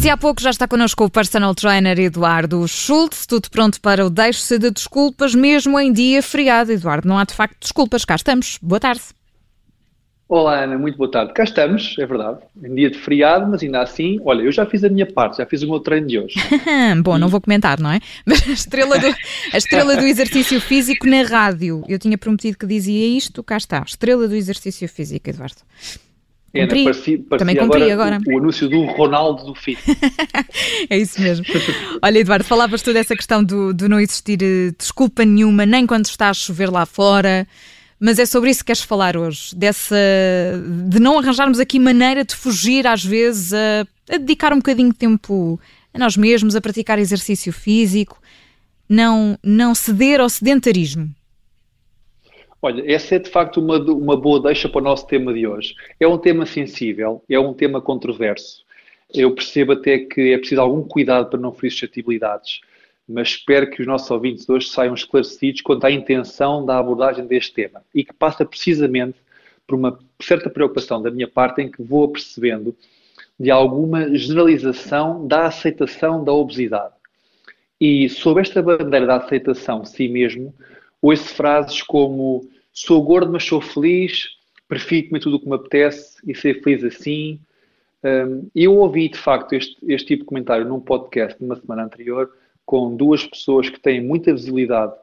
Dizia há pouco, já está connosco o personal trainer Eduardo Schultz, tudo pronto para o Deixe-se de Desculpas, mesmo em dia feriado. Eduardo, não há de facto desculpas, cá estamos. Boa tarde. Olá Ana, muito boa tarde. Cá estamos, é verdade, em dia de feriado, mas ainda assim, olha, eu já fiz a minha parte, já fiz o meu treino de hoje. Bom, não vou comentar, não é? Mas a estrela do exercício físico na rádio. Eu tinha prometido que dizia isto, cá está. Estrela do exercício físico, Eduardo. Cumpri, também cumpri agora. O anúncio do Ronaldo do Fit. É isso mesmo. Olha, Eduardo, falavas tu dessa questão do não existir desculpa nenhuma, nem quando está a chover lá fora, mas é sobre isso que queres falar hoje, de não arranjarmos aqui maneira de fugir às vezes a dedicar um bocadinho de tempo a nós mesmos, a praticar exercício físico, não ceder ao sedentarismo. Olha, essa é de facto uma boa deixa para o nosso tema de hoje. É um tema sensível, é um tema controverso. Eu percebo até que é preciso algum cuidado para não ferir suscetibilidades, mas espero que os nossos ouvintes hoje saiam esclarecidos quanto à intenção da abordagem deste tema e que passa precisamente por uma certa preocupação da minha parte em que vou apercebendo de alguma generalização da aceitação da obesidade. E sob esta bandeira da aceitação de si mesmo, ouço frases como sou gordo mas sou feliz, prefiro comer tudo o que me apetece e ser feliz assim. Eu ouvi de facto este tipo de comentário num podcast numa semana anterior com duas pessoas que têm muita visibilidade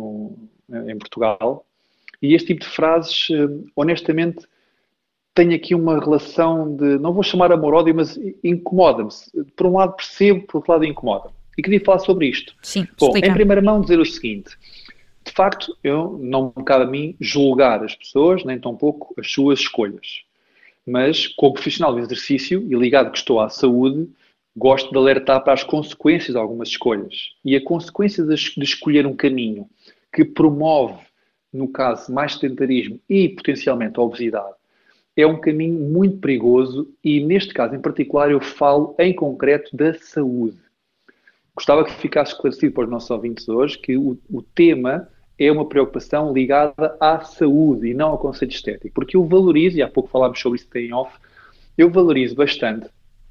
em Portugal e este tipo de frases, honestamente, tem aqui uma relação de, não vou chamar amor-ódio, mas incomoda-me. Por um lado percebo, por outro lado incomoda-me. E queria falar sobre isto. Sim, bom, explica. Em primeira mão dizer o seguinte, de facto, não me cabe a mim julgar as pessoas, nem tampouco as suas escolhas. Mas, como profissional de exercício e ligado que estou à saúde, gosto de alertar para as consequências de algumas escolhas. E a consequência de escolher um caminho que promove, no caso, mais sedentarismo e, potencialmente, a obesidade, é um caminho muito perigoso e, neste caso em particular, eu falo em concreto da saúde. Gostava que ficasse esclarecido para os nossos ouvintes hoje que o tema é uma preocupação ligada à saúde e não ao conceito estético. Porque eu valorizo, e há pouco falámos sobre isso em off, eu valorizo bastante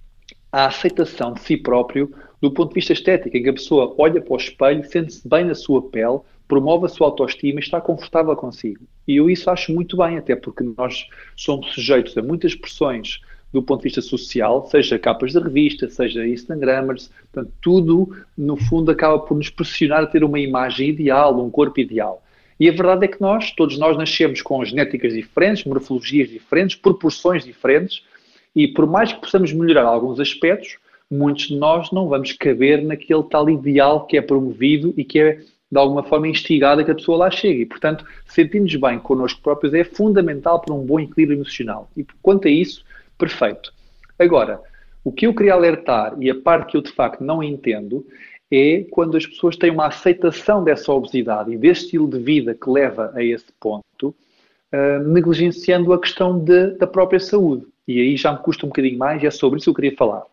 a aceitação de si próprio do ponto de vista estético, em que a pessoa olha para o espelho, sente-se bem na sua pele, promove a sua autoestima e está confortável consigo. E eu isso acho muito bem, até porque nós somos sujeitos a muitas pressões do ponto de vista social, seja capas de revista, seja Instagramers, portanto, tudo, no fundo, acaba por nos pressionar a ter uma imagem ideal, um corpo ideal. E a verdade é que todos nós nascemos com genéticas diferentes, morfologias diferentes, proporções diferentes, e por mais que possamos melhorar alguns aspectos, muitos de nós não vamos caber naquele tal ideal que é promovido e que é, de alguma forma, instigado a que a pessoa lá chegue. E, portanto, sentir-nos bem connosco próprios é fundamental para um bom equilíbrio emocional. E, quanto a isso, perfeito. Agora, o que eu queria alertar, e a parte que eu de facto não entendo, é quando as pessoas têm uma aceitação dessa obesidade e desse estilo de vida que leva a esse ponto, negligenciando a questão da própria saúde. E aí já me custa um bocadinho mais e é sobre isso que eu queria falar.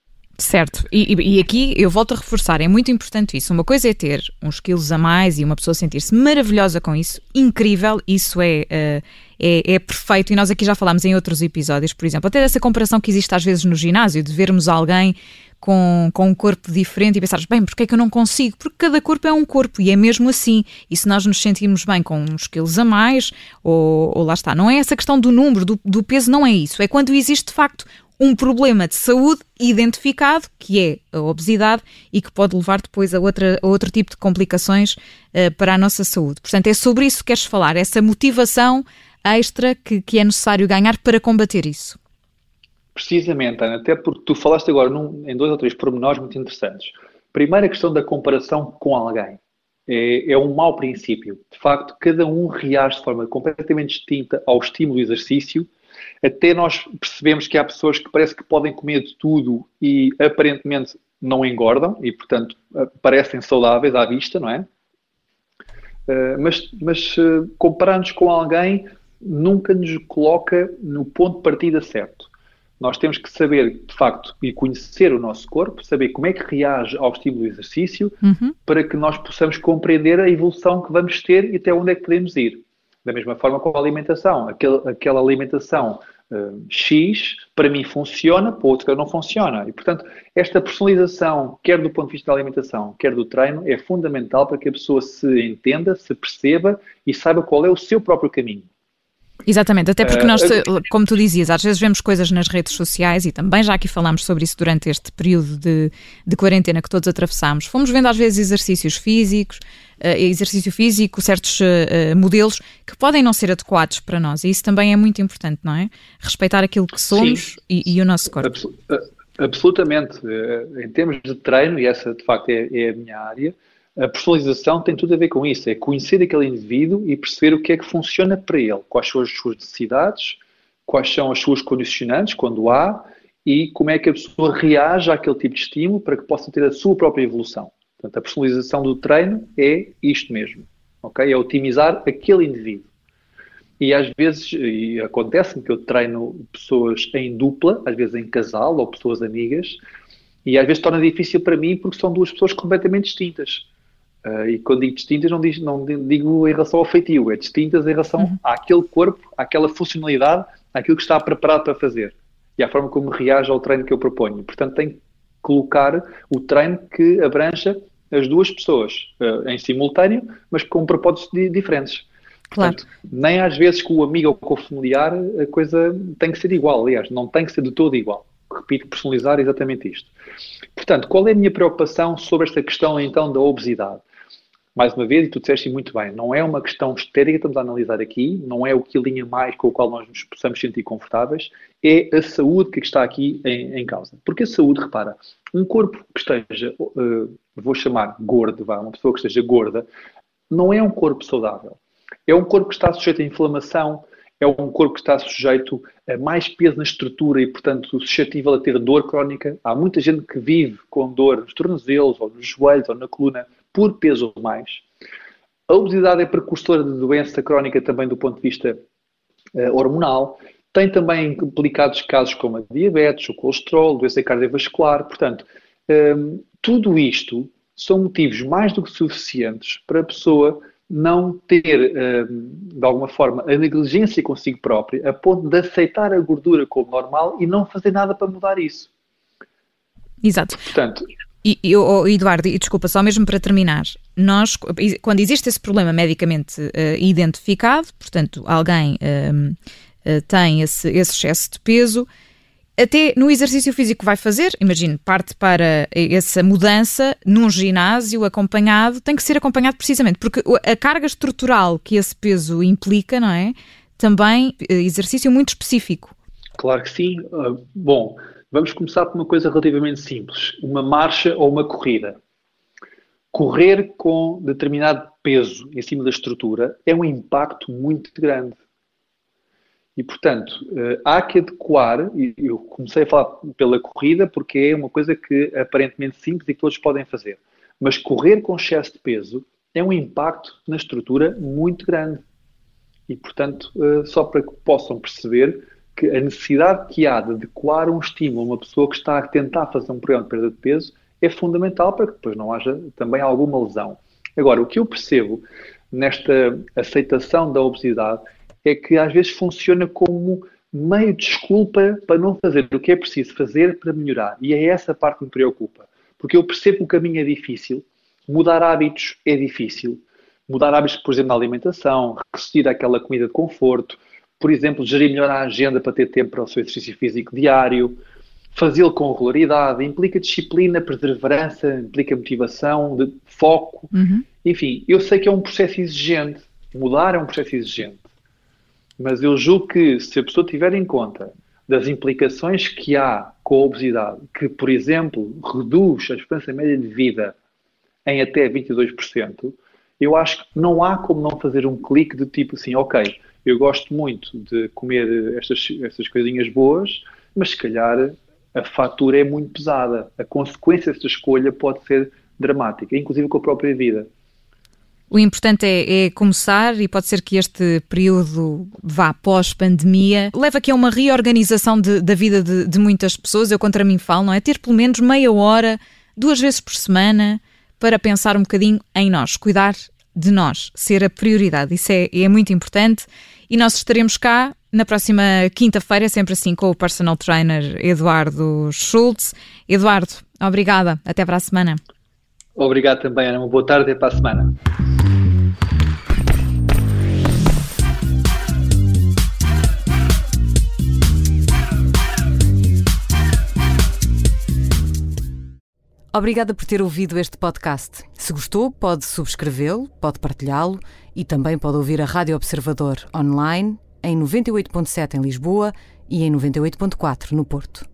Certo, e aqui eu volto a reforçar, é muito importante isso. Uma coisa é ter uns quilos a mais e uma pessoa sentir-se maravilhosa com isso, incrível, isso é perfeito, e nós aqui já falámos em outros episódios, por exemplo, até dessa comparação que existe às vezes no ginásio, de vermos alguém com um corpo diferente e pensares, bem, porque é que eu não consigo? Porque cada corpo é um corpo e é mesmo assim, e se nós nos sentirmos bem com uns quilos a mais, ou lá está, não é essa questão do número, do peso, não é isso, é quando existe de facto um problema de saúde identificado, que é a obesidade e que pode levar depois a outro tipo de complicações para a nossa saúde. Portanto, é sobre isso que queres falar, essa motivação extra que é necessário ganhar para combater isso. Precisamente, Ana, até porque tu falaste agora em 2 ou 3 pormenores muito interessantes. Primeiro, a questão da comparação com alguém. É um mau princípio. De facto, cada um reage de forma completamente distinta ao estímulo do exercício. Até nós percebemos que há pessoas que parece que podem comer de tudo e aparentemente não engordam e, portanto, parecem saudáveis à vista, não é? Mas comparar-nos com alguém nunca nos coloca no ponto de partida certo. Nós temos que saber, de facto, e conhecer o nosso corpo, saber como é que reage ao estímulo do exercício, para que nós possamos compreender a evolução que vamos ter e até onde é que podemos ir. Da mesma forma com a alimentação. Aquela alimentação X, para mim funciona, para o outro não funciona. E, portanto, esta personalização, quer do ponto de vista da alimentação, quer do treino, é fundamental para que a pessoa se entenda, se perceba e saiba qual é o seu próprio caminho. Exatamente, até porque nós, como tu dizias, às vezes vemos coisas nas redes sociais e também já aqui falámos sobre isso durante este período de quarentena que todos atravessámos. Fomos vendo às vezes exercício físico, certos modelos que podem não ser adequados para nós e isso também é muito importante, não é? Respeitar aquilo que somos e o nosso corpo. Absolutamente. Em termos de treino, e essa de facto é a minha área, a personalização tem tudo a ver com isso, é conhecer aquele indivíduo e perceber o que é que funciona para ele, quais são as suas necessidades, quais são as suas condicionantes, quando há, e como é que a pessoa reage àquele tipo de estímulo para que possa ter a sua própria evolução. Portanto, a personalização do treino é isto mesmo, ok? É otimizar aquele indivíduo. E às vezes, e acontece-me que eu treino pessoas em dupla, às vezes em casal ou pessoas amigas, e às vezes torna difícil para mim porque são duas pessoas completamente distintas. E quando digo distintas, não digo em relação ao feitio, é distintas em relação àquele corpo, àquela funcionalidade, àquilo que está preparado para fazer e à forma como reage ao treino que eu proponho. Portanto, tenho que colocar o treino que abranja as duas pessoas em simultâneo, mas com propósitos diferentes. Claro. Portanto, nem às vezes com o amigo ou com o familiar a coisa tem que ser igual, aliás, não tem que ser de todo igual. Repito, personalizar exatamente isto. Portanto, qual é a minha preocupação sobre esta questão, então, da obesidade? Mais uma vez, e tu disseste muito bem, não é uma questão estética que estamos a analisar aqui, não é o quilinho a mais com o qual nós nos possamos sentir confortáveis, é a saúde que está aqui em causa. Porque a saúde, repara, um corpo que esteja, vou chamar gordo, uma pessoa que esteja gorda, não é um corpo saudável. É um corpo que está sujeito a inflamação, é um corpo que está sujeito a mais peso na estrutura e, portanto, suscetível a ter dor crónica. Há muita gente que vive com dor nos tornozelos, ou nos joelhos, ou na coluna, por peso ou mais. A obesidade é precursora de doença crónica também do ponto de vista hormonal. Tem também implicados casos como a diabetes, o colesterol, doença cardiovascular. Portanto, tudo isto são motivos mais do que suficientes para a pessoa não ter, de alguma forma, a negligência consigo própria, a ponto de aceitar a gordura como normal e não fazer nada para mudar isso. Exato. Portanto, Eduardo, e desculpa, só mesmo para terminar, nós, quando existe esse problema medicamente identificado, portanto, alguém tem esse excesso de peso, até no exercício físico que vai fazer, imagine, parte para essa mudança num ginásio acompanhado, tem que ser acompanhado precisamente, porque a carga estrutural que esse peso implica, não é? Também exercício muito específico. Claro que sim. Bom, vamos começar por uma coisa relativamente simples, uma marcha ou uma corrida. Correr com determinado peso em cima da estrutura é um impacto muito grande. E, portanto, há que adequar, e eu comecei a falar pela corrida porque é uma coisa que aparentemente simples e que todos podem fazer. Mas correr com excesso de peso é um impacto na estrutura muito grande. E, portanto, só para que possam perceber que a necessidade que há de adequar um estímulo a uma pessoa que está a tentar fazer um programa de perda de peso é fundamental para que depois não haja também alguma lesão. Agora, o que eu percebo nesta aceitação da obesidade é que às vezes funciona como meio de desculpa para não fazer o que é preciso fazer para melhorar. E é essa parte que me preocupa. Porque eu percebo que o caminho é difícil, mudar hábitos é difícil. Mudar hábitos, por exemplo, na alimentação, resistir àquela comida de conforto, por exemplo, gerir melhor a agenda para ter tempo para o seu exercício físico diário, fazê-lo com regularidade, implica disciplina, perseverança, implica motivação, foco. Enfim, eu sei que é um processo exigente. Mudar é um processo exigente. Mas eu julgo que se a pessoa tiver em conta das implicações que há com a obesidade, que, por exemplo, reduz a esperança média de vida em até 22%, eu acho que não há como não fazer um clique do tipo assim, ok, eu gosto muito de comer estas coisinhas boas, mas se calhar a fatura é muito pesada. A consequência desta escolha pode ser dramática, inclusive com a própria vida. O importante é começar, e pode ser que este período vá pós-pandemia leve aqui a uma reorganização da vida de muitas pessoas. Eu contra mim falo, não é? Ter pelo menos meia hora, 2 vezes por semana, para pensar um bocadinho em nós, cuidar de nós, ser a prioridade. Isso é muito importante e nós estaremos cá na próxima quinta-feira, sempre assim, com o personal trainer Eduardo Schultz. Eduardo, obrigada. Até para a semana. Obrigado também, Ana. Uma boa tarde e até para a semana. Obrigada por ter ouvido este podcast. Se gostou, pode subscrevê-lo, pode partilhá-lo e também pode ouvir a Rádio Observador online em 98.7 em Lisboa e em 98.4 no Porto.